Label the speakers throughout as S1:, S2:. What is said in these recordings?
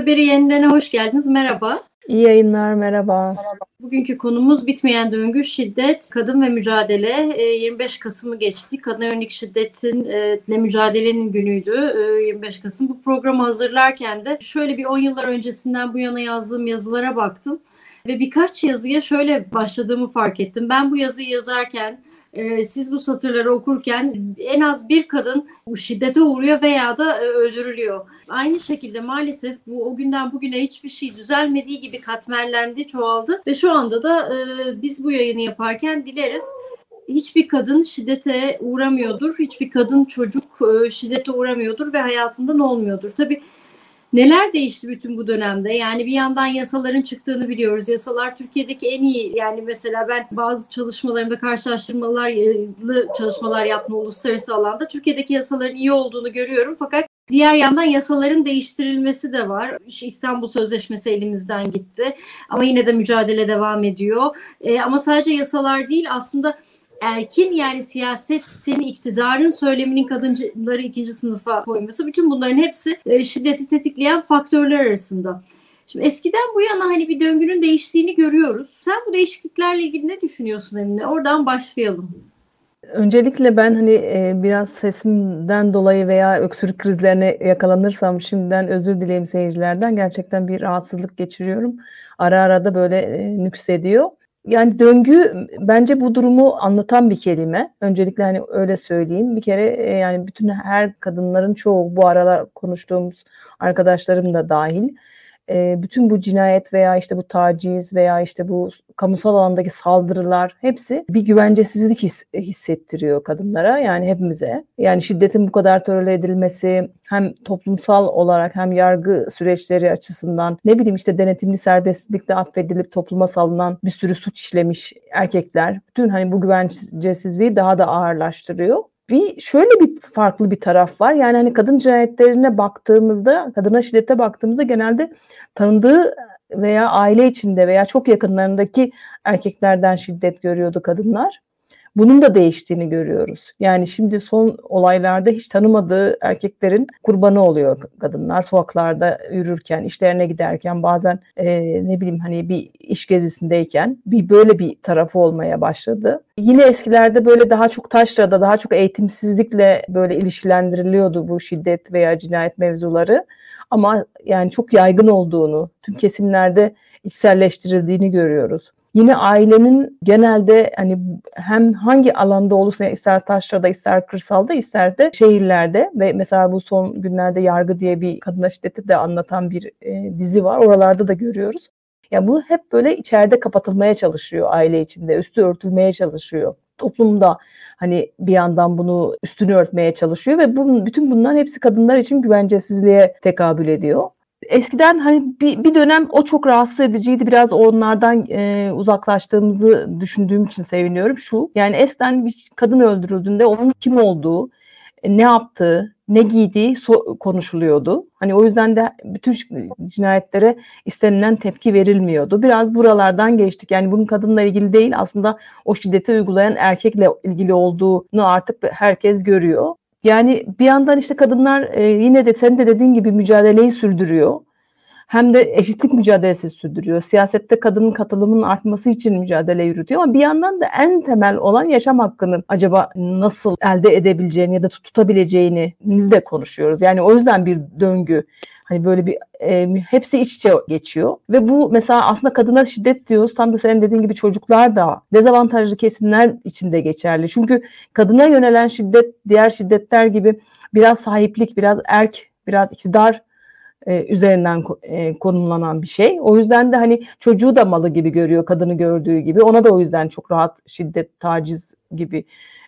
S1: Haberi Yeniden'e hoş geldiniz. Merhaba.
S2: İyi yayınlar, merhaba.
S1: Bugünkü konumuz bitmeyen döngü, şiddet, kadın ve mücadele. 25 Kasım'ı geçti. Kadına yönelik şiddetinle mücadelenin günüydü 25 Kasım. Bu programı hazırlarken de şöyle bir 10 yıllar öncesinden bu yana yazdığım yazılara baktım. Ve birkaç yazıya şöyle başladığımı fark ettim. Ben bu yazıyı yazarken, siz bu satırları okurken en az bir kadın bu şiddete uğruyor veya da öldürülüyor. Aynı şekilde maalesef bu o günden bugüne hiçbir şey düzelmediği gibi katmerlendi, çoğaldı ve şu anda da biz bu yayını yaparken dileriz hiçbir kadın şiddete uğramıyordur, hiçbir kadın çocuk şiddete uğramıyordur ve hayatından olmuyordur. Tabii neler değişti bütün bu dönemde? Yani bir yandan yasaların çıktığını biliyoruz. Yasalar Türkiye'deki en iyi, yani mesela ben bazı çalışmalarımda karşılaştırmalarlı çalışmalar yaptım uluslararası alanda. Türkiye'deki yasaların iyi olduğunu görüyorum fakat diğer yandan yasaların değiştirilmesi de var. İstanbul Sözleşmesi elimizden gitti ama yine de mücadele devam ediyor. Ama sadece yasalar değil, aslında erkin, yani siyasetin, iktidarın söyleminin kadınları ikinci sınıfa koyması, bütün bunların hepsi şiddeti tetikleyen faktörler arasında. Şimdi eskiden bu yana hani bir döngünün değiştiğini görüyoruz. Sen bu değişikliklerle ilgili ne düşünüyorsun Emine? Oradan başlayalım.
S2: Öncelikle ben biraz sesimden dolayı veya öksürük krizlerine yakalanırsam şimdiden özür dileyim seyircilerden. Gerçekten bir rahatsızlık geçiriyorum. Ara ara da böyle nüksediyor. Yani döngü bence bu durumu anlatan bir kelime. Öncelikle hani öyle söyleyeyim. Bir kere yani bütün her kadınların çoğu, bu aralar konuştuğumuz arkadaşlarım da dahil, bütün bu cinayet veya işte bu taciz veya işte bu kamusal alandaki saldırılar hepsi bir güvencesizlik hissettiriyor kadınlara, yani hepimize. Yani şiddetin bu kadar tolere edilmesi hem toplumsal olarak hem yargı süreçleri açısından, ne bileyim işte denetimli serbestlikle affedilip topluma salınan bir sürü suç işlemiş erkekler, bütün hani bu güvencesizliği daha da ağırlaştırıyor. Şöyle bir farklı bir taraf var. Yani hani kadın cinayetlerine baktığımızda, kadına şiddete baktığımızda genelde tanıdığı veya aile içinde veya çok yakınlarındaki erkeklerden şiddet görüyordu kadınlar. Bunun da değiştiğini görüyoruz. Yani şimdi son olaylarda hiç tanımadığı erkeklerin kurbanı oluyor kadınlar. Sokaklarda yürürken, işlerine giderken, bazen ne bileyim hani bir iş gezisindeyken böyle bir tarafı olmaya başladı. Yine eskilerde böyle daha çok taşrada, daha çok eğitimsizlikle böyle ilişkilendiriliyordu bu şiddet veya cinayet mevzuları. Ama yani çok yaygın olduğunu, tüm kesimlerde içselleştirildiğini görüyoruz. Yine ailenin genelde hani hem hangi alanda olursa, ister taşrada, ister kırsalda, ister de şehirlerde, ve mesela bu son günlerde Yargı diye bir kadına şiddeti de anlatan bir dizi var. Oralarda da görüyoruz. Yani bu hep böyle içeride kapatılmaya çalışıyor, aile içinde üstü örtülmeye çalışıyor. Toplumda hani bir yandan bunu üstünü örtmeye çalışıyor ve bütün bunların hepsi kadınlar için güvencesizliğe tekabül ediyor. Eskiden hani bir dönem o çok rahatsız ediciydi. Biraz onlardan uzaklaştığımızı düşündüğüm için seviniyorum. Yani eskiden bir kadın öldürüldüğünde onun kim olduğu, ne yaptığı, ne giydiği konuşuluyordu. Hani o yüzden de bütün cinayetlere istenilen tepki verilmiyordu. Biraz buralardan geçtik. Yani bunun kadınla ilgili değil, aslında o şiddeti uygulayan erkekle ilgili olduğunu artık herkes görüyor. Yani bir yandan işte kadınlar yine de senin de dediğin gibi mücadeleyi sürdürüyor. Hem de eşitlik mücadelesi sürdürüyor. Siyasette kadının katılımının artması için mücadele yürütüyor. Ama bir yandan da en temel olan yaşam hakkının acaba nasıl elde edebileceğini ya da tutabileceğini de konuşuyoruz. Yani o yüzden bir döngü. Hani böyle bir hepsi iç içe geçiyor. Ve bu mesela aslında kadına şiddet diyoruz. Tam da senin dediğin gibi çocuklar da, dezavantajlı kesimler için de geçerli. Çünkü kadına yönelen şiddet diğer şiddetler gibi biraz sahiplik, biraz biraz iktidar üzerinden konumlanan bir şey. O yüzden de hani çocuğu da malı gibi görüyor, kadını gördüğü gibi. Ona da o yüzden çok rahat şiddet, taciz gibi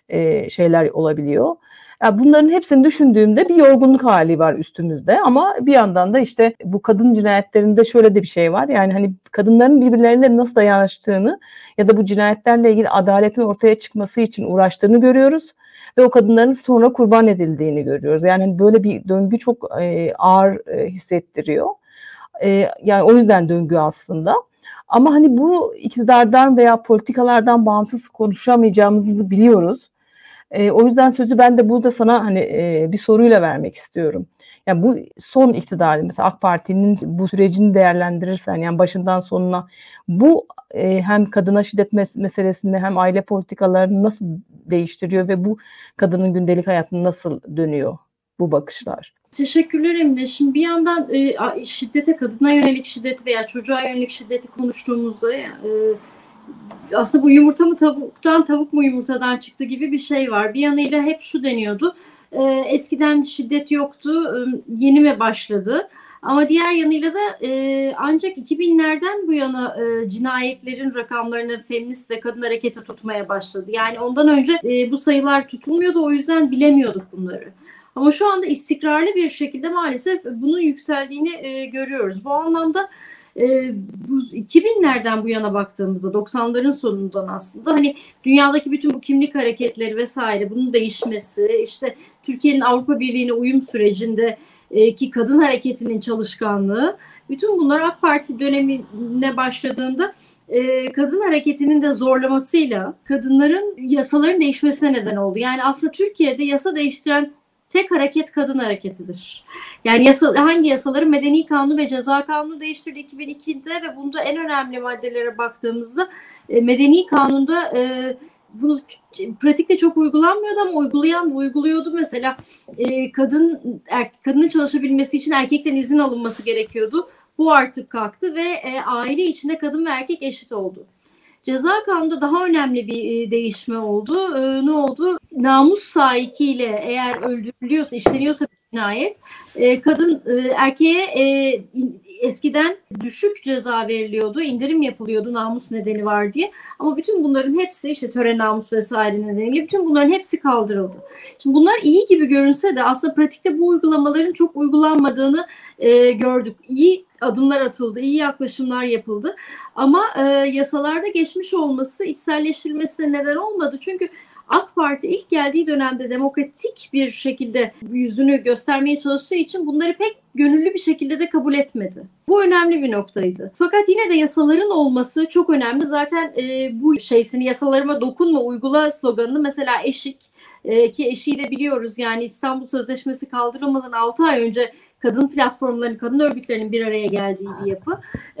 S2: şeyler olabiliyor. Yani bunların hepsini düşündüğümde bir yorgunluk hali var üstümüzde, ama bir yandan da işte bu kadın cinayetlerinde şöyle de bir şey var. Yani hani kadınların birbirlerine nasıl dayanıştığını ya da bu cinayetlerle ilgili adaletin ortaya çıkması için uğraştığını görüyoruz ve o kadınların sonra kurban edildiğini görüyoruz. Yani böyle bir döngü çok ağır hissettiriyor. Yani o yüzden döngü aslında. Ama hani bu iktidardan veya politikalardan bağımsız konuşamayacağımızı da biliyoruz. O yüzden sözü ben de burada sana hani bir soruyla vermek istiyorum. Ya bu son iktidarı mesela AK Parti'nin bu sürecini değerlendirirsen yani başından sonuna bu hem kadına şiddet meselesinde hem aile politikalarını nasıl değiştiriyor ve bu kadının gündelik hayatına nasıl dönüyor bu bakışlar?
S1: Teşekkürler Emine. Şimdi bir yandan şiddete, kadına yönelik şiddet veya çocuğa yönelik şiddeti konuştuğumuzda aslında bu yumurta mı tavuktan, tavuk mu yumurtadan çıktı gibi bir şey var. Bir yanıyla hep şu deniyordu. Eskiden şiddet yoktu, yeni mi başladı? Ama diğer yanıyla da ancak 2000'lerden bu yana cinayetlerin rakamlarını feminist ve kadın hareketi tutmaya başladı. Yani ondan önce bu sayılar tutulmuyordu, o yüzden bilemiyorduk bunları. Ama şu anda istikrarlı bir şekilde maalesef bunun yükseldiğini görüyoruz. Bu anlamda bu 2000'lerden bu yana baktığımızda 90'ların sonundan aslında hani dünyadaki bütün bu kimlik hareketleri vesaire bunun değişmesi, işte Türkiye'nin Avrupa Birliği'ne uyum sürecinde ki kadın hareketinin çalışkanlığı, bütün bunlar AK Parti dönemine başladığında kadın hareketinin de zorlamasıyla kadınların yasaların değişmesine neden oldu. Yani aslında Türkiye'de yasa değiştiren tek hareket kadın hareketidir. Yani hangi yasaları? Medeni Kanunu ve Ceza Kanunu değiştirdi 2002'de ve bunda en önemli maddelere baktığımızda Medeni Kanun'da bunu pratikte çok uygulanmıyordu ama uyguluyordu. Mesela kadının çalışabilmesi için erkekten izin alınması gerekiyordu. Bu artık kalktı ve aile içinde kadın ve erkek eşit oldu. Ceza kanununda daha önemli bir değişme oldu. Ne oldu? Namus sahikiyle eğer öldürülüyorsa, işleniyorsa bir cinayet, kadın erkeğe eskiden düşük ceza veriliyordu, indirim yapılıyordu namus nedeni var diye. Ama bütün bunların hepsi işte töre namus vesaire nedeniyle bütün bunların hepsi kaldırıldı. Şimdi bunlar iyi gibi görünse de aslında pratikte bu uygulamaların çok uygulanmadığını gördük. İyi adımlar atıldı, iyi yaklaşımlar yapıldı. Ama yasalarda geçmiş olması içselleştirilmesine neden olmadı. Çünkü AK Parti ilk geldiği dönemde demokratik bir şekilde yüzünü göstermeye çalıştığı için bunları pek gönüllü bir şekilde de kabul etmedi. Bu önemli bir noktaydı. Fakat yine de yasaların olması çok önemli. Zaten bu yasalarıma dokunma, uygula sloganını mesela Eşik ki Eşik'i de biliyoruz. Yani İstanbul Sözleşmesi kaldırılmadan 6 ay önce kadın platformlarının, kadın örgütlerinin bir araya geldiği bir yapı.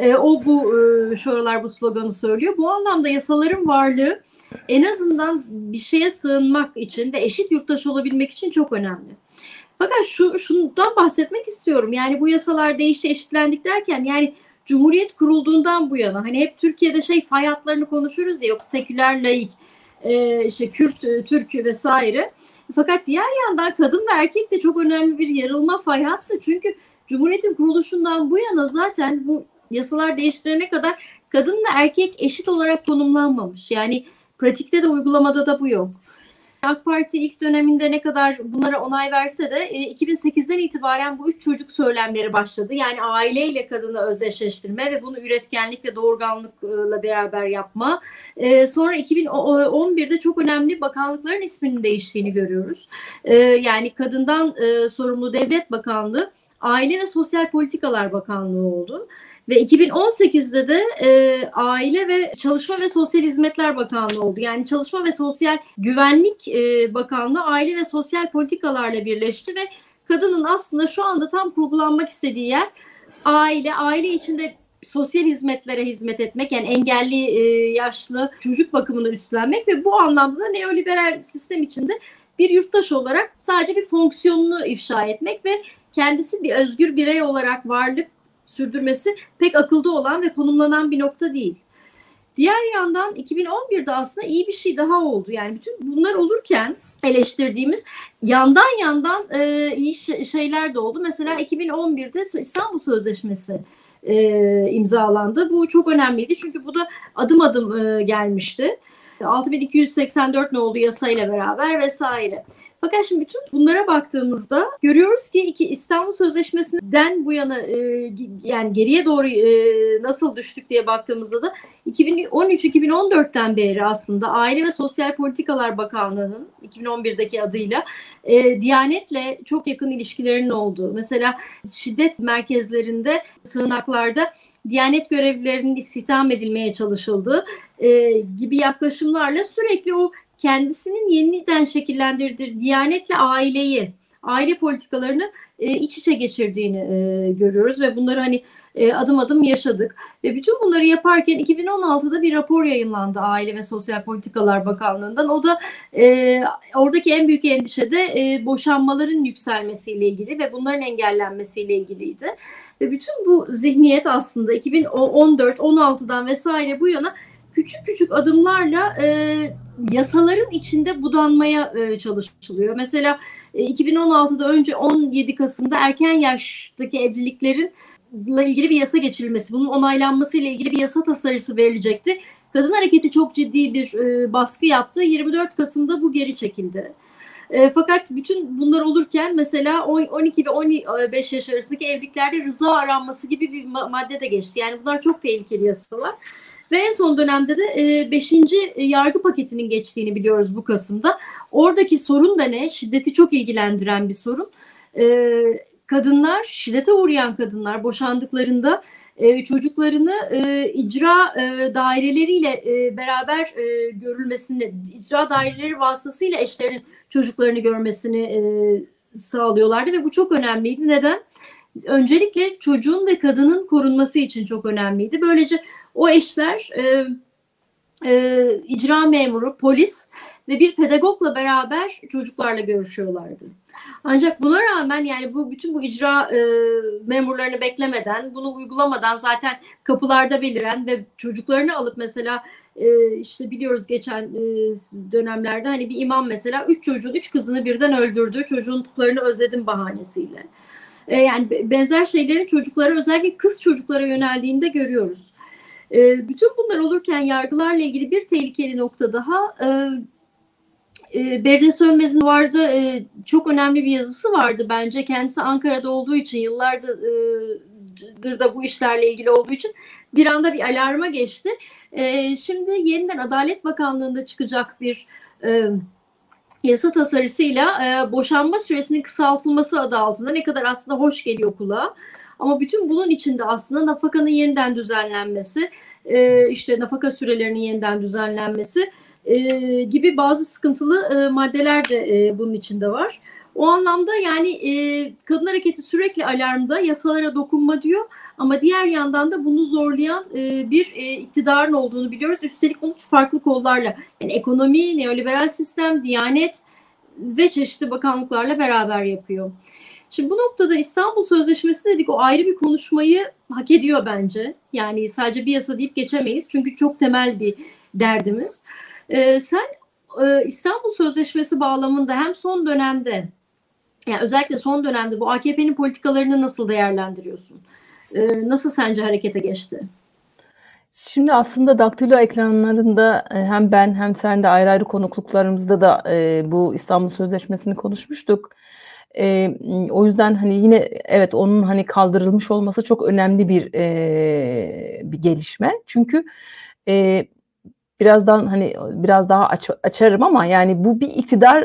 S1: Şu aralar bu sloganı söylüyor. Bu anlamda yasaların varlığı en azından bir şeye sığınmak için ve eşit yurttaş olabilmek için çok önemli. Fakat şundan bahsetmek istiyorum. Yani bu yasalar değişti, eşitlendik derken yani Cumhuriyet kurulduğundan bu yana hani hep Türkiye'de fay hatlarını konuşuruz ya, yok seküler, laik, Kürt, Türk vesaire. Fakat diğer yandan kadın ve erkek de çok önemli bir yarılma fay hattı. Çünkü Cumhuriyet'in kuruluşundan bu yana zaten bu yasalar değiştirene kadar kadın ve erkek eşit olarak konumlanmamış. Yani pratikte de uygulamada da bu yok. AK Parti ilk döneminde ne kadar bunlara onay verse de 2008'den itibaren bu 3 çocuk söylemleri başladı. Yani aileyle kadını özdeşleştirme ve bunu üretkenlik ve doğurganlıkla beraber yapma. Sonra 2011'de çok önemli bakanlıkların isminin değiştiğini görüyoruz. Yani kadından sorumlu Devlet Bakanlığı, Aile ve Sosyal Politikalar Bakanlığı oldu. Ve 2018'de de Aile ve Çalışma ve Sosyal Hizmetler Bakanlığı oldu. Yani Çalışma ve Sosyal Güvenlik Bakanlığı Aile ve Sosyal Politikalarla birleşti ve kadının aslında şu anda tam kurgulanmak istediği yer aile içinde sosyal hizmetlere hizmet etmek, yani engelli, yaşlı çocuk bakımını üstlenmek ve bu anlamda da neoliberal sistem içinde bir yurttaş olarak sadece bir fonksiyonunu ifşa etmek ve kendisi bir özgür birey olarak varlık sürdürmesi pek akılda olan ve konumlanan bir nokta değil. Diğer yandan 2011'de aslında iyi bir şey daha oldu. Yani bütün bunlar olurken eleştirdiğimiz yandan iyi şeyler de oldu. Mesela 2011'de İstanbul Sözleşmesi imzalandı. Bu çok önemliydi çünkü bu da adım adım gelmişti. 6284 nolu yasayla beraber vesaire. Fakat şimdi bütün bunlara baktığımızda görüyoruz ki İstanbul Sözleşmesi'nden bu yana yani geriye doğru nasıl düştük diye baktığımızda da 2013-2014'ten beri aslında Aile ve Sosyal Politikalar Bakanlığı'nın 2011'deki adıyla Diyanet'le çok yakın ilişkilerinin olduğu, mesela şiddet merkezlerinde, sığınaklarda Diyanet görevlilerinin istihdam edilmeye çalışıldığı gibi yaklaşımlarla sürekli o kendisinin yeniden şekillendirdiği Diyanet'le aileyi, aile politikalarını iç içe geçirdiğini görüyoruz ve bunları hani adım adım yaşadık. Ve bütün bunları yaparken 2016'da bir rapor yayınlandı Aile ve Sosyal Politikalar Bakanlığı'ndan. O da oradaki en büyük endişe de boşanmaların yükselmesiyle ilgili ve bunların engellenmesiyle ilgiliydi. Ve bütün bu zihniyet aslında 2014-16'dan vesaire bu yana küçük küçük adımlarla yasaların içinde budanmaya çalışılıyor. Mesela 2016'da önce 17 Kasım'da erken yaştaki evliliklerin ilgili bir yasa geçirilmesi, bunun onaylanması ile ilgili bir yasa tasarısı verilecekti. Kadın hareketi çok ciddi bir baskı yaptı. 24 Kasım'da bu geri çekildi. Fakat bütün bunlar olurken mesela 12 ve 15 yaş arasındaki evliliklerde rıza aranması gibi bir madde de geçti. Yani bunlar çok tehlikeli yasalar. Ve en son dönemde de 5. yargı paketinin geçtiğini biliyoruz bu Kasım'da. Oradaki sorun da ne? Şiddeti çok ilgilendiren bir sorun. Kadınlar, şiddete uğrayan kadınlar boşandıklarında çocuklarını icra daireleriyle beraber görülmesini, icra daireleri vasıtasıyla eşlerinin çocuklarını görmesini sağlıyorlardı ve bu çok önemliydi. Neden? Öncelikle çocuğun ve kadının korunması için çok önemliydi. Böylece o eşler icra memuru, polis ve bir pedagogla beraber çocuklarla görüşüyorlardı. Ancak buna rağmen yani bütün bu icra memurlarını beklemeden, bunu uygulamadan zaten kapılarda beliren ve çocuklarını alıp mesela işte biliyoruz geçen dönemlerde hani bir imam mesela 3 kızını birden öldürdü. Çocuklarını özledim bahanesiyle. Yani benzer şeylerin çocuklara, özellikle kız çocuklara yöneldiğini de görüyoruz. Bütün bunlar olurken yargılarla ilgili bir tehlikeli nokta daha. Berrin Sönmez'in vardı, çok önemli bir yazısı vardı bence. Kendisi Ankara'da olduğu için, yıllardır da bu işlerle ilgili olduğu için bir anda bir alarma geçti. Şimdi yeniden Adalet Bakanlığı'nda çıkacak bir yasa tasarısıyla boşanma süresinin kısaltılması adı altında, ne kadar aslında hoş geliyor kulağa. Ama bütün bunun içinde aslında nafakanın yeniden düzenlenmesi, işte nafaka sürelerinin yeniden düzenlenmesi gibi bazı sıkıntılı maddeler de bunun içinde var. O anlamda yani kadın hareketi sürekli alarmda, yasalara dokunma diyor. Ama diğer yandan da bunu zorlayan bir iktidarın olduğunu biliyoruz. Üstelik bunu farklı kollarla, yani ekonomi, neoliberal sistem, Diyanet ve çeşitli bakanlıklarla beraber yapıyor. Şimdi bu noktada İstanbul Sözleşmesi dedik, o ayrı bir konuşmayı hak ediyor bence. Yani sadece bir yasa deyip geçemeyiz. Çünkü çok temel bir derdimiz. Sen İstanbul Sözleşmesi bağlamında hem son dönemde, yani özellikle son dönemde bu AKP'nin politikalarını nasıl değerlendiriyorsun? Nasıl sence harekete geçti?
S2: Şimdi aslında daktilo ekranlarında hem ben hem sen de ayrı ayrı konukluklarımızda da bu İstanbul Sözleşmesi'ni konuşmuştuk. O yüzden hani yine evet, onun hani kaldırılmış olması çok önemli bir gelişme. Çünkü birazdan hani biraz daha açarım ama yani bu bir iktidar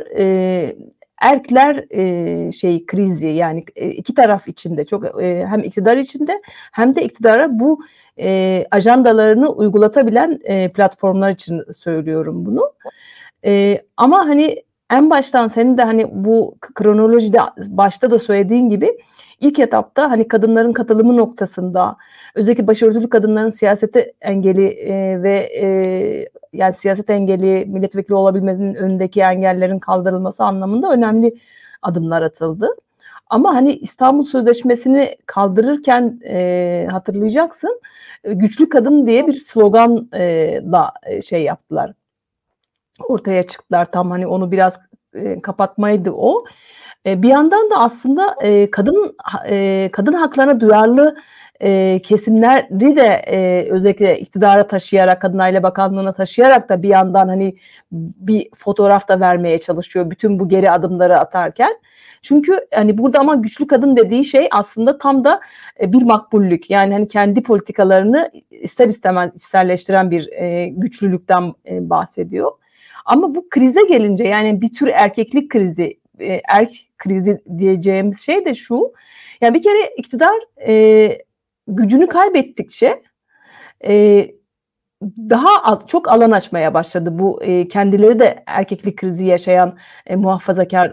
S2: erkler krizi, yani iki taraf içinde çok hem iktidar içinde hem de iktidara bu ajandalarını uygulatabilen platformlar için söylüyorum bunu. Ama hani en baştan senin de hani bu kronolojide başta da söylediğin gibi ilk etapta hani kadınların katılımı noktasında, özellikle başörtülü kadınların siyasete engeli ve yani siyaset engeli, milletvekili olabilmenin önündeki engellerin kaldırılması anlamında önemli adımlar atıldı. Ama hani İstanbul Sözleşmesi'ni kaldırırken hatırlayacaksın, güçlü kadın diye bir slogan da yaptılar. Ortaya çıktılar. Tam hani onu biraz kapatmaydı o. Bir yandan da aslında kadın haklarına duyarlı kesimleri de özellikle iktidara taşıyarak, Kadın Aile Bakanlığı'na taşıyarak da bir yandan hani bir fotoğraf da vermeye çalışıyor bütün bu geri adımları atarken. Çünkü hani burada ama güçlü kadın dediği şey aslında tam da bir makbullük. Yani hani kendi politikalarını ister istemez içselleştiren bir güçlülükten bahsediyor. Ama bu krize gelince, yani bir tür erkeklik krizi, erk krizi diyeceğimiz şey de şu. Yani bir kere iktidar gücünü kaybettikçe çok alan açmaya başladı bu kendileri de erkeklik krizi yaşayan muhafazakar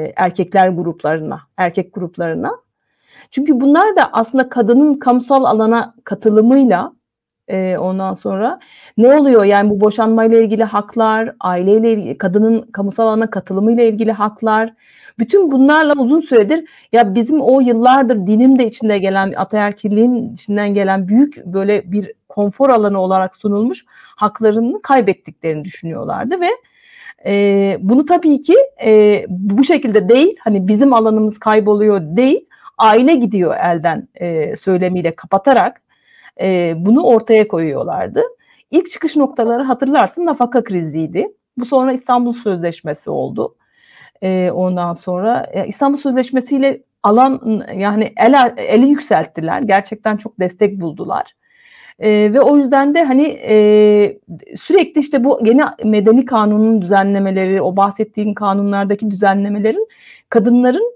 S2: erkek gruplarına. Çünkü bunlar da aslında kadının kamusal alana katılımıyla ondan sonra ne oluyor? Yani bu boşanmayla ilgili haklar, aileyle ilgili, kadının kamusal alana katılımıyla ilgili haklar, bütün bunlarla uzun süredir ya bizim o yıllardır dinin de içinde gelen, ataerkilliğin içinden gelen büyük böyle bir konfor alanı olarak sunulmuş haklarını kaybettiklerini düşünüyorlardı ve bunu tabii ki bu şekilde değil, hani bizim alanımız kayboluyor değil, aile gidiyor elden söylemiyle kapatarak bunu ortaya koyuyorlardı. İlk çıkış noktaları hatırlarsın nafaka kriziydi. Bu sonra İstanbul Sözleşmesi oldu. Ondan sonra İstanbul Sözleşmesi ile alan yani eli yükselttiler. Gerçekten çok destek buldular. Ve o yüzden de hani sürekli işte bu yeni medeni kanunun düzenlemeleri, o bahsettiğim kanunlardaki düzenlemelerin kadınların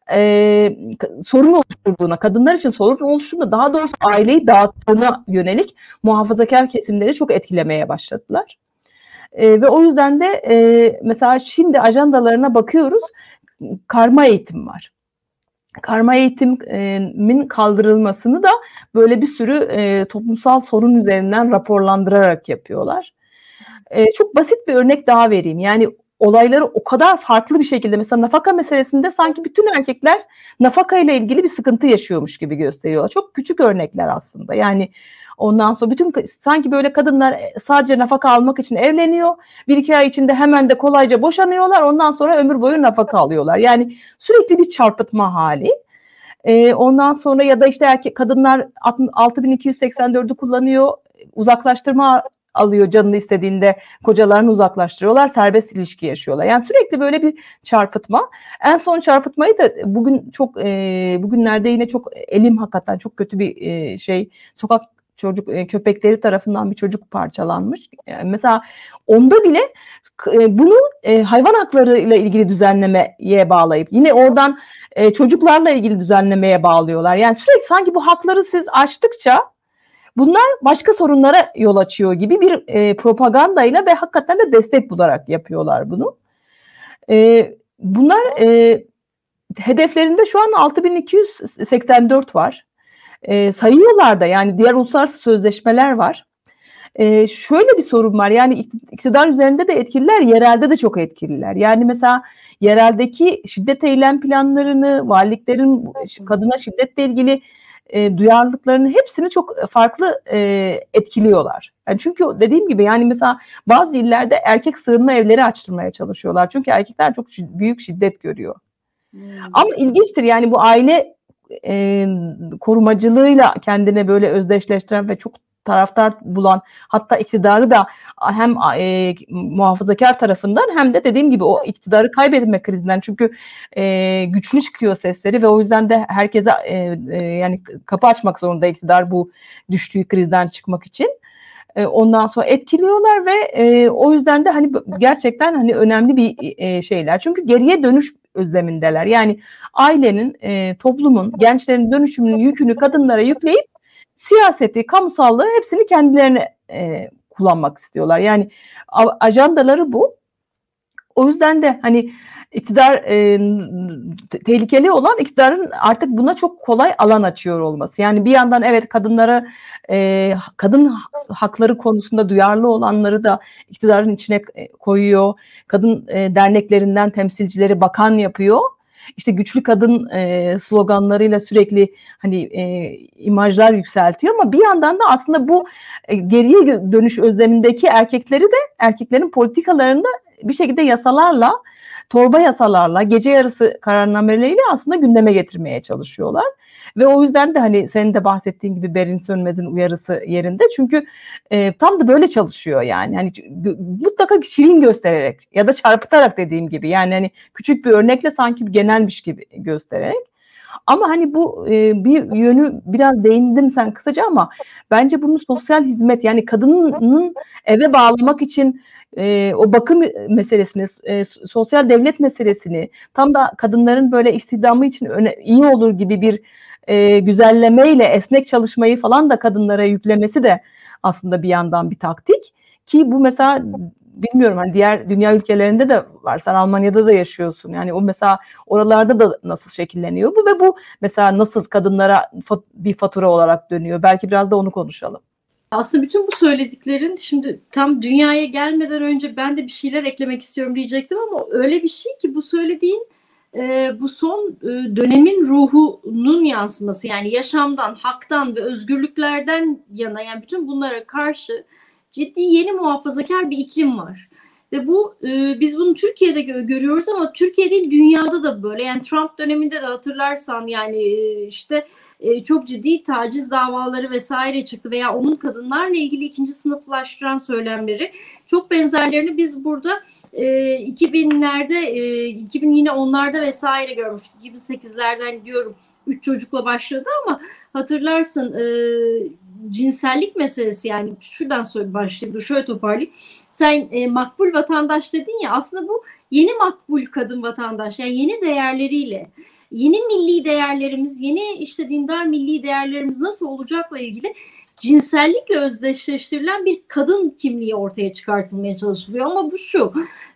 S2: sorun oluşturduğuna, kadınlar için sorun oluşturduğuna, daha doğrusu aileyi dağıttığına yönelik muhafazakar kesimleri çok etkilemeye başladılar. Ve o yüzden de mesela şimdi ajandalarına bakıyoruz, karma eğitim var. Karma eğitimin kaldırılmasını da böyle bir sürü toplumsal sorun üzerinden raporlandırarak yapıyorlar. Çok basit bir örnek daha vereyim. Yani olayları o kadar farklı bir şekilde, mesela nafaka meselesinde sanki bütün erkekler nafaka ile ilgili bir sıkıntı yaşıyormuş gibi gösteriyorlar. Çok küçük örnekler aslında. Yani ondan sonra sanki böyle kadınlar sadece nafaka almak için evleniyor. 1-2 ay içinde hemen de kolayca boşanıyorlar. Ondan sonra ömür boyu nafaka alıyorlar. Yani sürekli bir çarpıtma hali. Ondan sonra ya da işte kadınlar 6284'ü kullanıyor. Uzaklaştırma alıyor canını istediğinde, kocalarını uzaklaştırıyorlar, serbest ilişki yaşıyorlar. Yani sürekli böyle bir çarpıtma. En son çarpıtmayı da bugünlerde yine çok hakikaten çok kötü bir sokak köpekleri tarafından bir çocuk parçalanmış. Yani mesela onda bile bunu hayvan hakları ile ilgili düzenlemeye bağlayıp yine oradan çocuklarla ilgili düzenlemeye bağlıyorlar. Yani sürekli sanki bu hakları siz aştıkça bunlar başka sorunlara yol açıyor gibi bir propagandayla ve hakikaten de destek bularak yapıyorlar bunu. Bunlar hedeflerinde şu an 6284 var. Sayıyorlar da, yani diğer uluslararası sözleşmeler var. Şöyle bir sorun var, yani iktidar üzerinde de etkililer, yerelde de çok etkililer. Yani mesela yereldeki şiddet eylem planlarını, valiliklerin kadına şiddetle ilgili duyarlılıklarını hepsini çok farklı etkiliyorlar. Yani çünkü dediğim gibi, yani mesela bazı illerde erkek sığınma evleri açtırmaya çalışıyorlar. Çünkü erkekler çok büyük şiddet görüyor. Ama ilginçtir, yani bu aile korumacılığıyla kendine böyle özdeşleştiren ve çok taraftar bulan, hatta iktidarı da hem muhafazakar tarafından hem de dediğim gibi o iktidarı kaybetme krizinden, çünkü güçlü çıkıyor sesleri ve o yüzden de herkese yani kapı açmak zorunda iktidar bu düştüğü krizden çıkmak için. Ondan sonra etkiliyorlar ve o yüzden de hani gerçekten hani önemli bir şeyler. Çünkü geriye dönüş özlemindeler. Yani ailenin, toplumun, gençlerin dönüşümünün yükünü kadınlara yükleyip siyaseti, kamusallığı hepsini kendilerine kullanmak istiyorlar. Yani ajandaları bu. O yüzden de hani iktidar tehlikeli olan, iktidarın artık buna çok kolay alan açıyor olması. Yani bir yandan evet, kadınlara kadın hakları konusunda duyarlı olanları da iktidarın içine koyuyor. Kadın derneklerinden temsilcileri bakan yapıyor. İşte güçlü kadın sloganlarıyla sürekli hani imajlar yükseltiyor, ama bir yandan da aslında bu geriye dönüş özlemindeki erkeklerin politikalarında bir şekilde yasalarla, torba yasalarla, gece yarısı kararnameleriyle aslında gündeme getirmeye çalışıyorlar. Ve o yüzden de hani senin de bahsettiğin gibi Berin Sönmez'in uyarısı yerinde. Çünkü tam da böyle çalışıyor yani. Hani mutlaka şirin göstererek ya da çarpıtarak, dediğim gibi. Yani hani küçük bir örnekle sanki genelmiş gibi göstererek. Ama hani bu bir yönü biraz değindin sen kısaca, ama bence bunun sosyal hizmet, yani kadının eve bağlamak için o bakım meselesini, sosyal devlet meselesini, tam da kadınların böyle istihdamı için iyi olur gibi bir güzellemeyle esnek çalışmayı falan da kadınlara yüklemesi de aslında bir yandan bir taktik ki bu mesela bilmiyorum hani diğer dünya ülkelerinde de var. Sen Almanya'da da yaşıyorsun. Yani o mesela oralarda da nasıl şekilleniyor bu ve bu mesela nasıl kadınlara bir fatura olarak dönüyor? Belki biraz da onu konuşalım.
S1: Aslında bütün bu söylediklerin şimdi tam dünyaya gelmeden önce ben de bir şeyler eklemek istiyorum diyecektim ama öyle bir şey ki bu söylediğin bu son dönemin ruhunun yansıması, yani yaşamdan, haktan ve özgürlüklerden yana, yani bütün bunlara karşı ciddi yeni muhafazakar bir iklim var. Ve bu biz bunu Türkiye'de görüyoruz ama Türkiye değil dünyada da böyle. Yani Trump döneminde de hatırlarsan yani işte çok ciddi taciz davaları vesaire çıktı veya onun kadınlarla ilgili ikinci sınıflaştıran söylemleri, çok benzerlerini biz burada 2000'lerde 2000 yine onlarda vesaire görmüştük. 2008'lerden diyorum 3 çocukla başladı ama hatırlarsın cinsellik meselesi, yani şuradan başlayayım, şöyle toparlayayım. Sen makbul vatandaş dedin ya, aslında bu yeni makbul kadın vatandaş, yani yeni değerleriyle, yeni milli değerlerimiz, yeni işte dindar milli değerlerimiz nasıl olacakla ilgili cinsellikle özdeşleştirilen bir kadın kimliği ortaya çıkartılmaya çalışılıyor. Ama bu şu,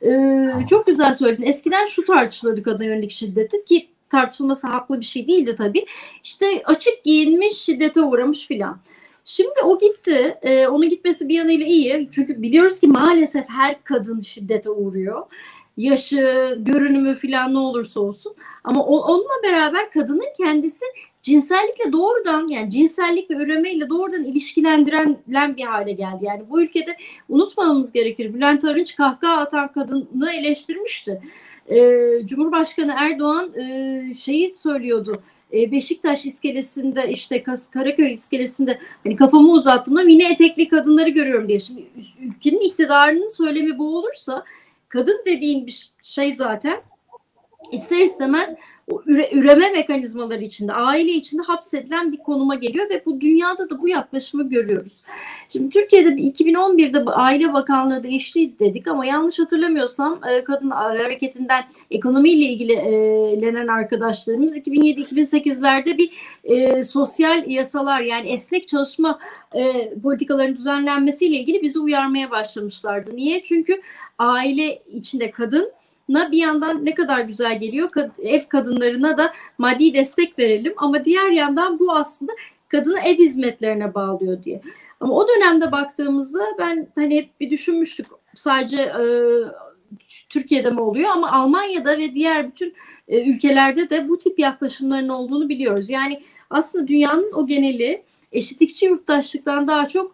S1: çok güzel söyledin. Eskiden şu tartışılırdı kadına yönelik şiddeti, ki tartışılması haklı bir şey değildi tabii. İşte açık giyinmiş, şiddete uğramış filan. Şimdi o gitti. Onun gitmesi bir yanıyla iyi. Çünkü biliyoruz ki maalesef her kadın şiddete uğruyor. Yaşı, görünümü filan ne olursa olsun. Ama onunla beraber kadının kendisi cinsellikle doğrudan, yani cinsellik ve üremeyle doğrudan ilişkilendirilen bir hale geldi. Yani bu ülkede unutmamamız gerekir. Bülent Arınç kahkaha atan kadını eleştirmişti. Cumhurbaşkanı Erdoğan şeyi söylüyordu. Beşiktaş iskelesinde, işte Karaköy iskelesinde hani kafamı uzattığımda mini etekli kadınları görüyorum diye. Şimdi ülkenin iktidarının söylemi bu olursa, kadın dediğin bir şey zaten ister istemez o üreme mekanizmaları içinde, aile içinde hapsedilen bir konuma geliyor ve bu dünyada da bu yaklaşımı görüyoruz. Şimdi Türkiye'de 2011'de Aile Bakanlığı değişti dedik ama yanlış hatırlamıyorsam kadın hareketinden ekonomiyle ilgilenen arkadaşlarımız 2007-2008'lerde bir sosyal yasalar, yani esnek çalışma politikalarının düzenlenmesiyle ilgili bizi uyarmaya başlamışlardı. Niye? Çünkü aile içinde kadın bir yandan ne kadar güzel geliyor, ev kadınlarına da maddi destek verelim ama diğer yandan bu aslında kadını ev hizmetlerine bağlıyor diye. Ama o dönemde baktığımızda ben hani hep bir düşünmüştük, sadece Türkiye'de mi oluyor, ama Almanya'da ve diğer bütün ülkelerde de bu tip yaklaşımların olduğunu biliyoruz. Yani aslında dünyanın o geneli eşitlikçi yurttaşlıktan daha çok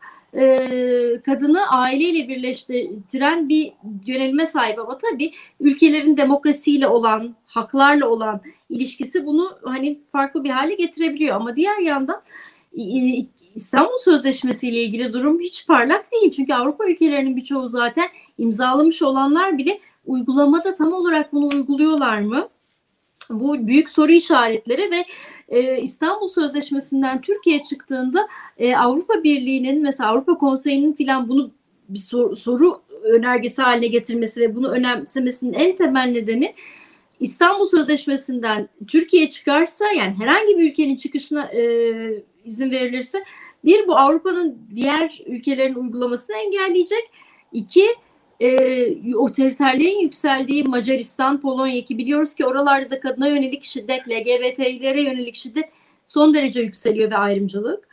S1: kadını aileyle birleştiren bir yönelime sahip, ama tabii ülkelerin demokrasiyle olan, haklarla olan ilişkisi bunu hani farklı bir hale getirebiliyor. Ama diğer yandan İstanbul Sözleşmesi ile ilgili durum hiç parlak değil. Çünkü Avrupa ülkelerinin birçoğu zaten imzalamış olanlar bile uygulamada tam olarak bunu uyguluyorlar mı? Bu büyük soru işaretleri ve İstanbul Sözleşmesi'nden Türkiye çıktığında Avrupa Birliği'nin, mesela Avrupa Konseyi'nin filan bunu bir soru önergesi haline getirmesi ve bunu önemsemesinin en temel nedeni, İstanbul Sözleşmesi'nden Türkiye çıkarsa, yani herhangi bir ülkenin çıkışına izin verilirse, bir, bu Avrupa'nın diğer ülkelerin uygulamasını engelleyecek. İki, otoriterlerin yükseldiği Macaristan, Polonya, ki biliyoruz ki oralarda da kadına yönelik şiddet, LGBT'lere yönelik şiddet son derece yükseliyor ve ayrımcılık.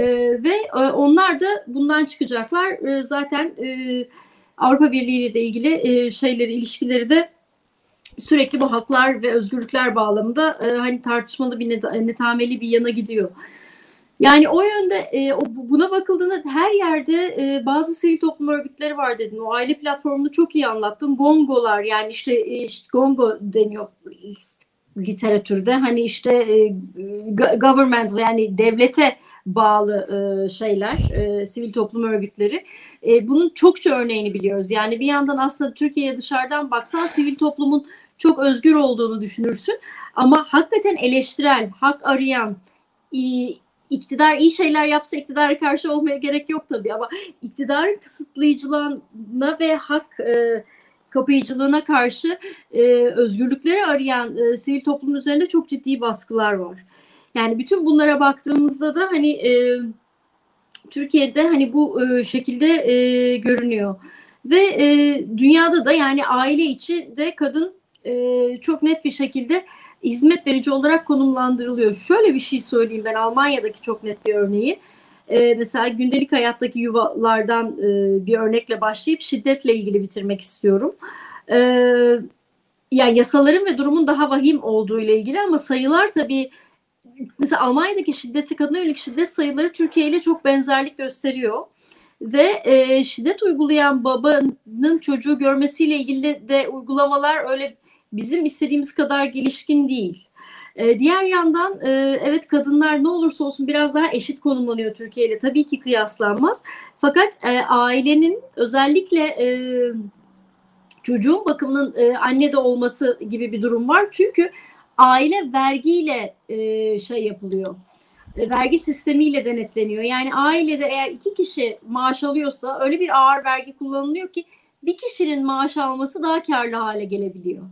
S1: Ve onlar da bundan çıkacaklar. Zaten Avrupa Birliği ile de ilgili ilişkileri de sürekli bu haklar ve özgürlükler bağlamında hani tartışmalı bir netameli bir yana gidiyor. Yani o yönde buna bakıldığında her yerde bazı sivil toplum örgütleri var dedin. O aile platformunu çok iyi anlattın. Gongolar, yani işte gongo deniyor literatürde. Hani işte government, yani devlete bağlı şeyler, sivil toplum örgütleri. Bunun çokça örneğini biliyoruz. Yani bir yandan aslında Türkiye'ye dışarıdan baksan sivil toplumun çok özgür olduğunu düşünürsün. Ama hakikaten eleştirel, hak arayan, İktidar iyi şeyler yapsa iktidara karşı olmaya gerek yok tabii, ama iktidarın kısıtlayıcılığına ve hak kapayıcılığına karşı özgürlükleri arayan sivil toplum üzerinde çok ciddi baskılar var. Yani bütün bunlara baktığımızda da hani Türkiye'de hani bu şekilde görünüyor. Ve dünyada da yani aile içi de kadın çok net bir şekilde hizmet verici olarak konumlandırılıyor. Şöyle bir şey söyleyeyim, ben Almanya'daki çok net bir örneği. Mesela gündelik hayattaki yuvalardan bir örnekle başlayıp şiddetle ilgili bitirmek istiyorum. Yani yasaların ve durumun daha vahim olduğu ile ilgili, ama sayılar tabii, mesela Almanya'daki kadına yönelik şiddet sayıları Türkiye ile çok benzerlik gösteriyor. Ve şiddet uygulayan babanın çocuğu görmesiyle ilgili de uygulamalar öyle bizim istediğimiz kadar gelişkin değil. Diğer yandan evet, kadınlar ne olursa olsun biraz daha eşit konumlanıyor Türkiye ile. Tabii ki kıyaslanmaz. Fakat ailenin özellikle çocuğun bakımının annede olması gibi bir durum var. Çünkü aile vergiyle şey yapılıyor. Vergi sistemiyle denetleniyor. Yani ailede eğer 2 kişi maaş alıyorsa öyle bir ağır vergi kullanılıyor ki bir kişinin maaş alması daha karlı hale gelebiliyor.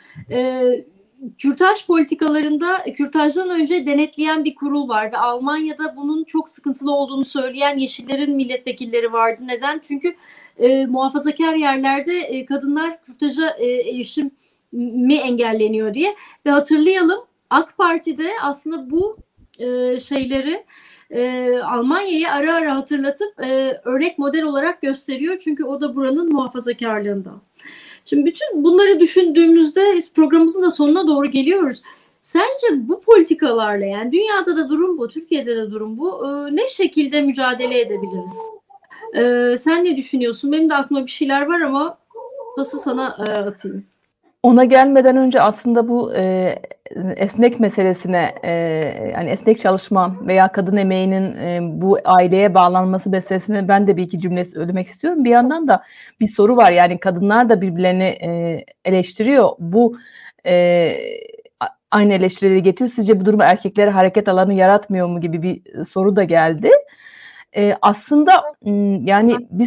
S1: Kürtaj politikalarında kürtajdan önce denetleyen bir kurul var ve Almanya'da bunun çok sıkıntılı olduğunu söyleyen Yeşillerin milletvekilleri vardı. Neden? Çünkü muhafazakar yerlerde kadınlar kürtaja erişimi engelleniyor diye. Ve hatırlayalım, AK Parti'de aslında bu şeyleri Almanya'yı ara ara hatırlatıp örnek model olarak gösteriyor. Çünkü o da buranın muhafazakarlığından. Şimdi bütün bunları düşündüğümüzde programımızın da sonuna doğru geliyoruz. Sence bu politikalarla, yani dünyada da durum bu, Türkiye'de de durum bu, ne şekilde mücadele edebiliriz? Sen ne düşünüyorsun? Benim de aklımda bir şeyler var ama pası sana atayım.
S2: Ona gelmeden önce aslında bu esnek meselesine, yani esnek çalışma veya kadın emeğinin bu aileye bağlanması meselesine ben de bir iki cümle söylemek istiyorum. Bir yandan da bir soru var, yani kadınlar da birbirlerini eleştiriyor. Bu aynı eleştirileri getiriyor. Sizce bu durum erkeklere hareket alanı yaratmıyor mu gibi bir soru da geldi. Aslında yani bir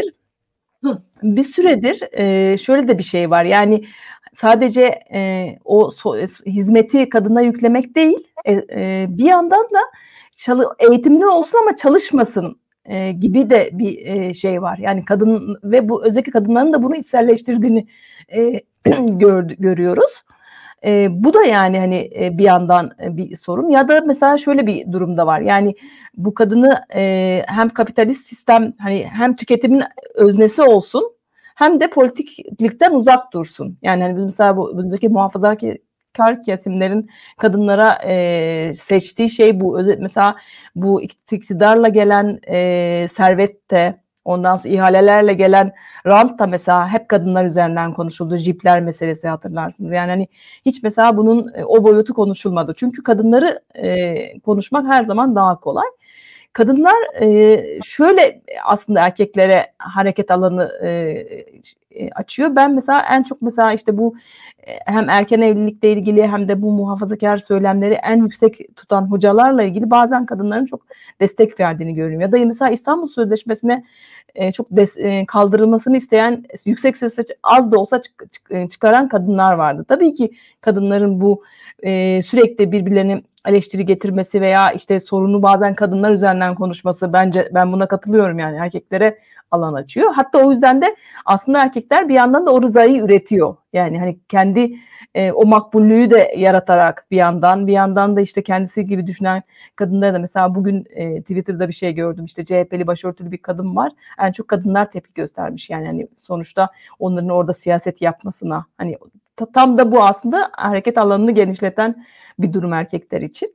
S2: süredir şöyle de bir şey var. Yani sadece hizmeti kadına yüklemek değil, bir yandan da eğitimli olsun ama çalışmasın gibi de bir şey var. Yani kadın ve bu özellikle kadınların da bunu içselleştirdiğini görüyoruz. Bu da yani hani bir yandan bir sorun. Ya da mesela şöyle bir durumda var. Yani bu kadını hem kapitalist sistem hani hem tüketimin öznesi olsun hem de politiklikten uzak dursun. Yani hani mesela bu buradaki muhafazakar kesimlerin kadınlara seçtiği şey bu. Mesela bu iktidarla gelen servet de, ondan sonra ihalelerle gelen rant da mesela hep kadınlar üzerinden konuşuldu. Jipler meselesi, hatırlarsınız. Yani hani hiç mesela bunun o boyutu konuşulmadı. Çünkü kadınları konuşmak her zaman daha kolay. Kadınlar şöyle aslında erkeklere hareket alanı açıyor. Ben mesela en çok mesela işte bu hem erken evlilikle ilgili hem de bu muhafazakar söylemleri en yüksek tutan hocalarla ilgili bazen kadınların çok destek verdiğini görüyorum. Ya da mesela İstanbul Sözleşmesi'ne çok kaldırılmasını isteyen, yüksek sesle az da olsa çıkaran kadınlar vardı. Tabii ki kadınların bu sürekli birbirlerine eleştiri getirmesi veya işte sorunu bazen kadınlar üzerinden konuşması, bence ben buna katılıyorum, yani erkeklere alan açıyor. Hatta o yüzden de aslında erkekler bir yandan da o rızayı üretiyor. Yani hani kendi o makbullüğü de yaratarak bir yandan da işte kendisi gibi düşünen kadınlara da, mesela bugün Twitter'da bir şey gördüm, işte CHP'li başörtülü bir kadın var. En çok kadınlar tepki göstermiş, yani hani sonuçta onların orada siyaset yapmasına, hani tam da bu aslında hareket alanını genişleten bir durum erkekler için.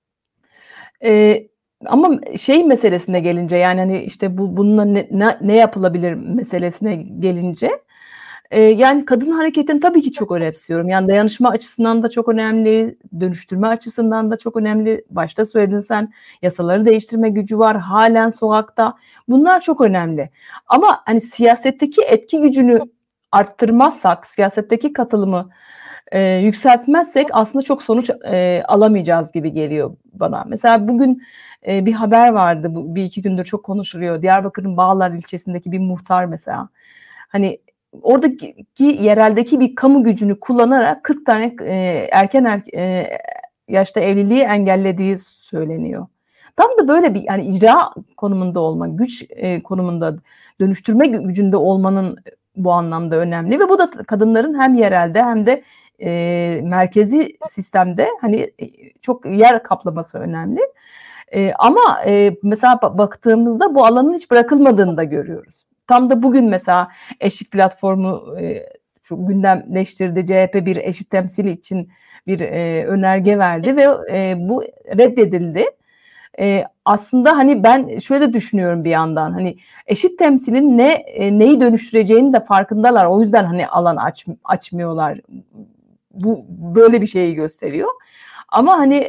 S2: Ama şey meselesine gelince, yani hani işte bununla ne yapılabilir meselesine gelince, yani kadın hareketini tabii ki çok önemsiyorum. Yani dayanışma açısından da çok önemli, dönüştürme açısından da çok önemli. Başta söyledin sen, yasaları değiştirme gücü var halen sokakta. Bunlar çok önemli. Ama hani siyasetteki etki gücünü arttırmazsak, siyasetteki katılımı yükseltmezsek aslında çok sonuç alamayacağız gibi geliyor bana. Mesela bugün bir haber vardı, bir iki gündür çok konuşuluyor. Diyarbakır'ın Bağlar ilçesindeki bir muhtar mesela. Hani oradaki yereldeki bir kamu gücünü kullanarak 40 tane erken yaşta evliliği engellediği söyleniyor. Tam da böyle bir yani icra konumunda olma, güç konumunda dönüştürme gücünde olmanın bu anlamda önemli ve bu da kadınların hem yerelde hem de merkezi sistemde hani çok yer kaplaması önemli. Ama mesela baktığımızda bu alanın hiç bırakılmadığını da görüyoruz. Tam da bugün mesela Eşit Platformu şu gündemleştirdi. CHP bir eşit temsili için bir önerge verdi ve bu reddedildi. Aslında hani ben şöyle düşünüyorum bir yandan, hani eşit temsilin neyi dönüştüreceğini de farkındalar. O yüzden hani alan açmıyorlar. Bu böyle bir şeyi gösteriyor. Ama hani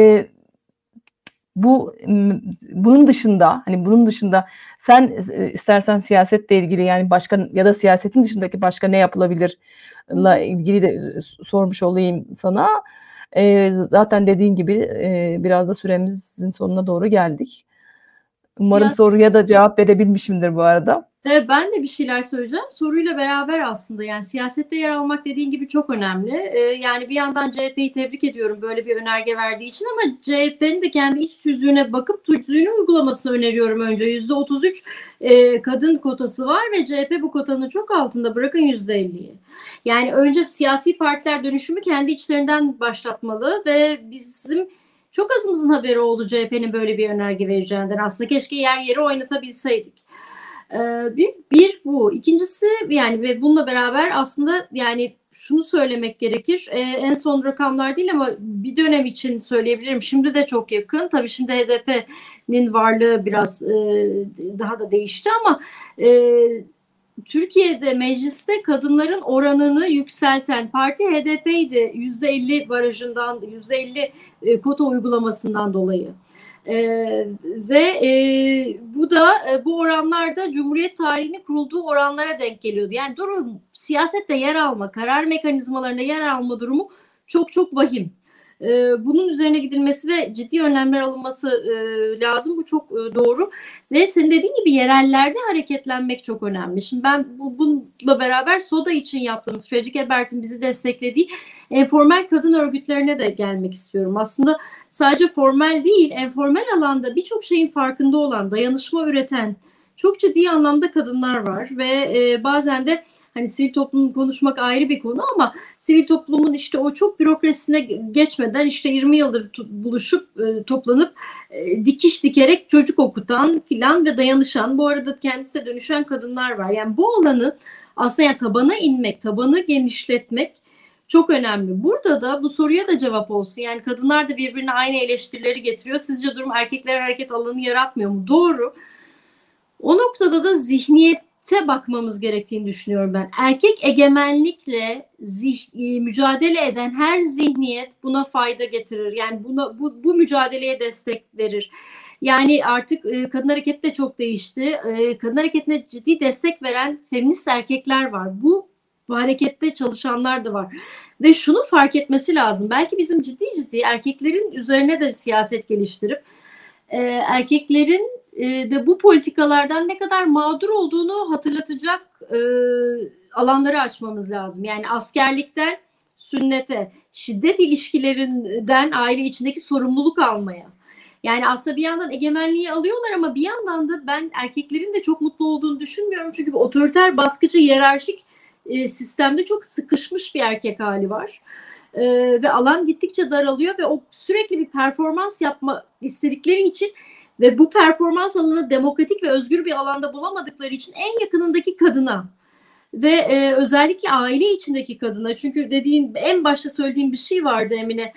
S2: bunun dışında sen istersen siyasetle ilgili yani başka ya da siyasetin dışındaki başka ne yapılabilirla ilgili de sormuş olayım sana. Zaten dediğin gibi biraz da süremizin sonuna doğru geldik. Umarım soruya da cevap verebilmişimdir bu arada.
S1: Evet, ben de bir şeyler söyleyeceğim. Soruyla beraber aslında yani siyasette yer almak dediğin gibi çok önemli. Yani bir yandan CHP'yi tebrik ediyorum böyle bir önerge verdiği için ama CHP'nin de kendi iç süzüğüne bakıp tüzüğünü uygulamasını öneriyorum önce. %33 kadın kotası var ve CHP bu kotanın çok altında, bırakın %50'yi. Yani önce siyasi partiler dönüşümü kendi içlerinden başlatmalı ve bizim çok azımızın haberi oldu CHP'nin böyle bir önerge vereceğinden. Aslında keşke yer yere oynatabilseydik. Bir bu. İkincisi yani ve bununla beraber aslında yani şunu söylemek gerekir. En son rakamlar değil ama bir dönem için söyleyebilirim. Şimdi de çok yakın. Tabii şimdi HDP'nin varlığı biraz daha da değişti ama Türkiye'de mecliste kadınların oranını yükselten parti HDP'ydi. %50 barajından, %50 kota uygulamasından dolayı. Bu da bu oranlarda Cumhuriyet tarihinin kurulduğu oranlara denk geliyordu. Yani durum siyasette yer alma, karar mekanizmalarında yer alma durumu çok çok vahim. Bunun üzerine gidilmesi ve ciddi önlemler alınması lazım. Bu çok doğru. Ve senin dediğin gibi yerellerde hareketlenmek çok önemli. Şimdi ben bununla beraber SODA için yaptığımız, Fredrik Ebert'in bizi desteklediği informal kadın örgütlerine de gelmek istiyorum. Aslında sadece formal değil, informal alanda birçok şeyin farkında olan, dayanışma üreten çok ciddi anlamda kadınlar var ve bazen de hani sivil toplumu konuşmak ayrı bir konu ama sivil toplumun işte o çok bürokrasisine geçmeden işte 20 yıldır buluşup toplanıp dikiş dikerek çocuk okutan filan ve dayanışan, bu arada kendisine dönüşen kadınlar var. Yani bu alanın aslında yani tabana inmek, tabanı genişletmek çok önemli. Burada da bu soruya da cevap olsun. Yani kadınlar da birbirine aynı eleştirileri getiriyor. Sizce durum erkeklere hareket alanı yaratmıyor mu? Doğru. O noktada da zihniyete bakmamız gerektiğini düşünüyorum ben. Erkek egemenlikle mücadele eden her zihniyet buna fayda getirir. Yani bu mücadeleye destek verir. Yani artık kadın hareketi de çok değişti. Kadın hareketine ciddi destek veren feminist erkekler var. Bu harekette çalışanlar da var. Ve şunu fark etmesi lazım. Belki bizim ciddi erkeklerin üzerine de siyaset geliştirip erkeklerin de bu politikalardan ne kadar mağdur olduğunu hatırlatacak alanları açmamız lazım. Yani askerlikten sünnete, şiddet ilişkilerinden aile içindeki sorumluluk almaya. Yani aslında bir yandan egemenliği alıyorlar ama bir yandan da ben erkeklerin de çok mutlu olduğunu düşünmüyorum. Çünkü bu otoriter, baskıcı, hiyerarşik sistemde çok sıkışmış bir erkek hali var. Ve alan gittikçe daralıyor ve o sürekli bir performans yapma istedikleri için ve bu performans alanı demokratik ve özgür bir alanda bulamadıkları için en yakınındaki kadına ve özellikle aile içindeki kadına, çünkü dediğin en başta söylediğim bir şey vardı Emine,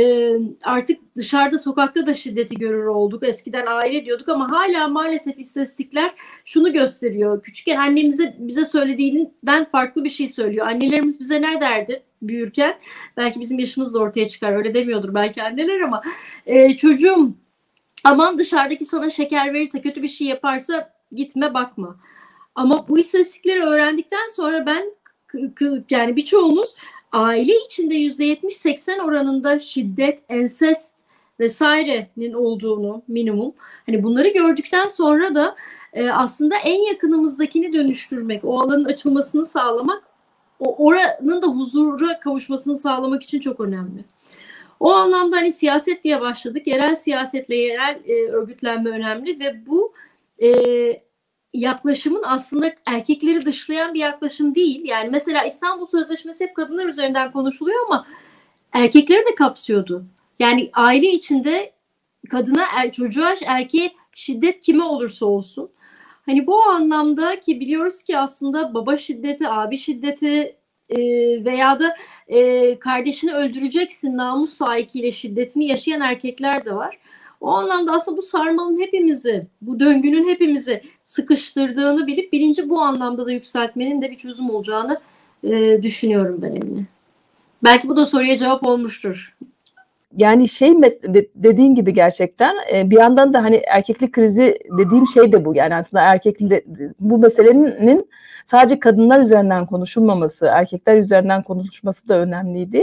S1: artık dışarıda sokakta da şiddeti görür olduk. Eskiden aile diyorduk ama hala maalesef istatistikler şunu gösteriyor. Küçükken annemize bize söylediğinden farklı bir şey söylüyor. Annelerimiz bize ne derdi büyürken? Belki bizim yaşımız da ortaya çıkar. Öyle demiyordur belki anneler ama çocuğum aman dışarıdaki sana şeker verirse, kötü bir şey yaparsa gitme bakma. Ama bu istatistikleri öğrendikten sonra ben yani birçoğumuz aile içinde %70-80 oranında şiddet, ensest vesairenin olduğunu minimum. Hani bunları gördükten sonra da aslında en yakınımızdakini dönüştürmek, o alanın açılmasını sağlamak, o oranın da huzura kavuşmasını sağlamak için çok önemli. O anlamda hani siyaset diye başladık. Yerel siyasetle yerel örgütlenme önemli ve bu yaklaşımın aslında erkekleri dışlayan bir yaklaşım değil. Yani mesela İstanbul Sözleşmesi hep kadınlar üzerinden konuşuluyor ama erkekleri de kapsıyordu. Yani aile içinde kadına, çocuğa, erkeğe şiddet kime olursa olsun. Hani bu anlamda ki biliyoruz ki aslında baba şiddeti, abi şiddeti veya da kardeşini öldüreceksin namus sahikiyle şiddetini yaşayan erkekler de var. O anlamda aslında bu sarmalın hepimizi, bu döngünün hepimizi sıkıştırdığını bilip bilinci bu anlamda da yükseltmenin de bir çözüm olacağını düşünüyorum ben Emine. Belki bu da soruya cevap olmuştur.
S2: Yani dediğin gibi gerçekten bir yandan da hani erkeklik krizi dediğim şey de bu. Yani aslında bu meselenin sadece kadınlar üzerinden konuşulmaması, erkekler üzerinden konuşulması da önemliydi.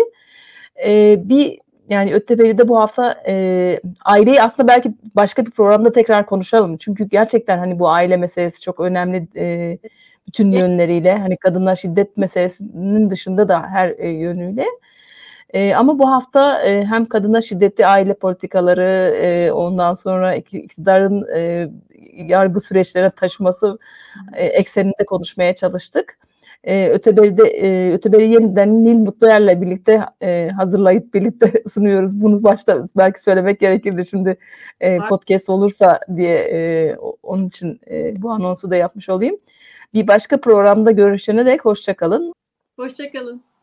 S2: Yani Öteberi'de bu hafta aileyi aslında belki başka bir programda tekrar konuşalım. Çünkü gerçekten hani bu aile meselesi çok önemli bütün yönleriyle. Hani kadınlar şiddet meselesinin dışında da her yönüyle. Ama bu hafta hem kadına şiddetli aile politikaları, ondan sonra iktidarın yargı süreçlerine taşıması ekseninde konuşmaya çalıştık. Öteberi yeniden Nil Mutluyer'le birlikte hazırlayıp birlikte sunuyoruz. Bunu başta belki söylemek gerekirdi şimdi podcast olursa diye onun için bu anonsu da yapmış olayım. Bir başka programda görüşene dek hoşça kalın.
S1: Hoşça kalın.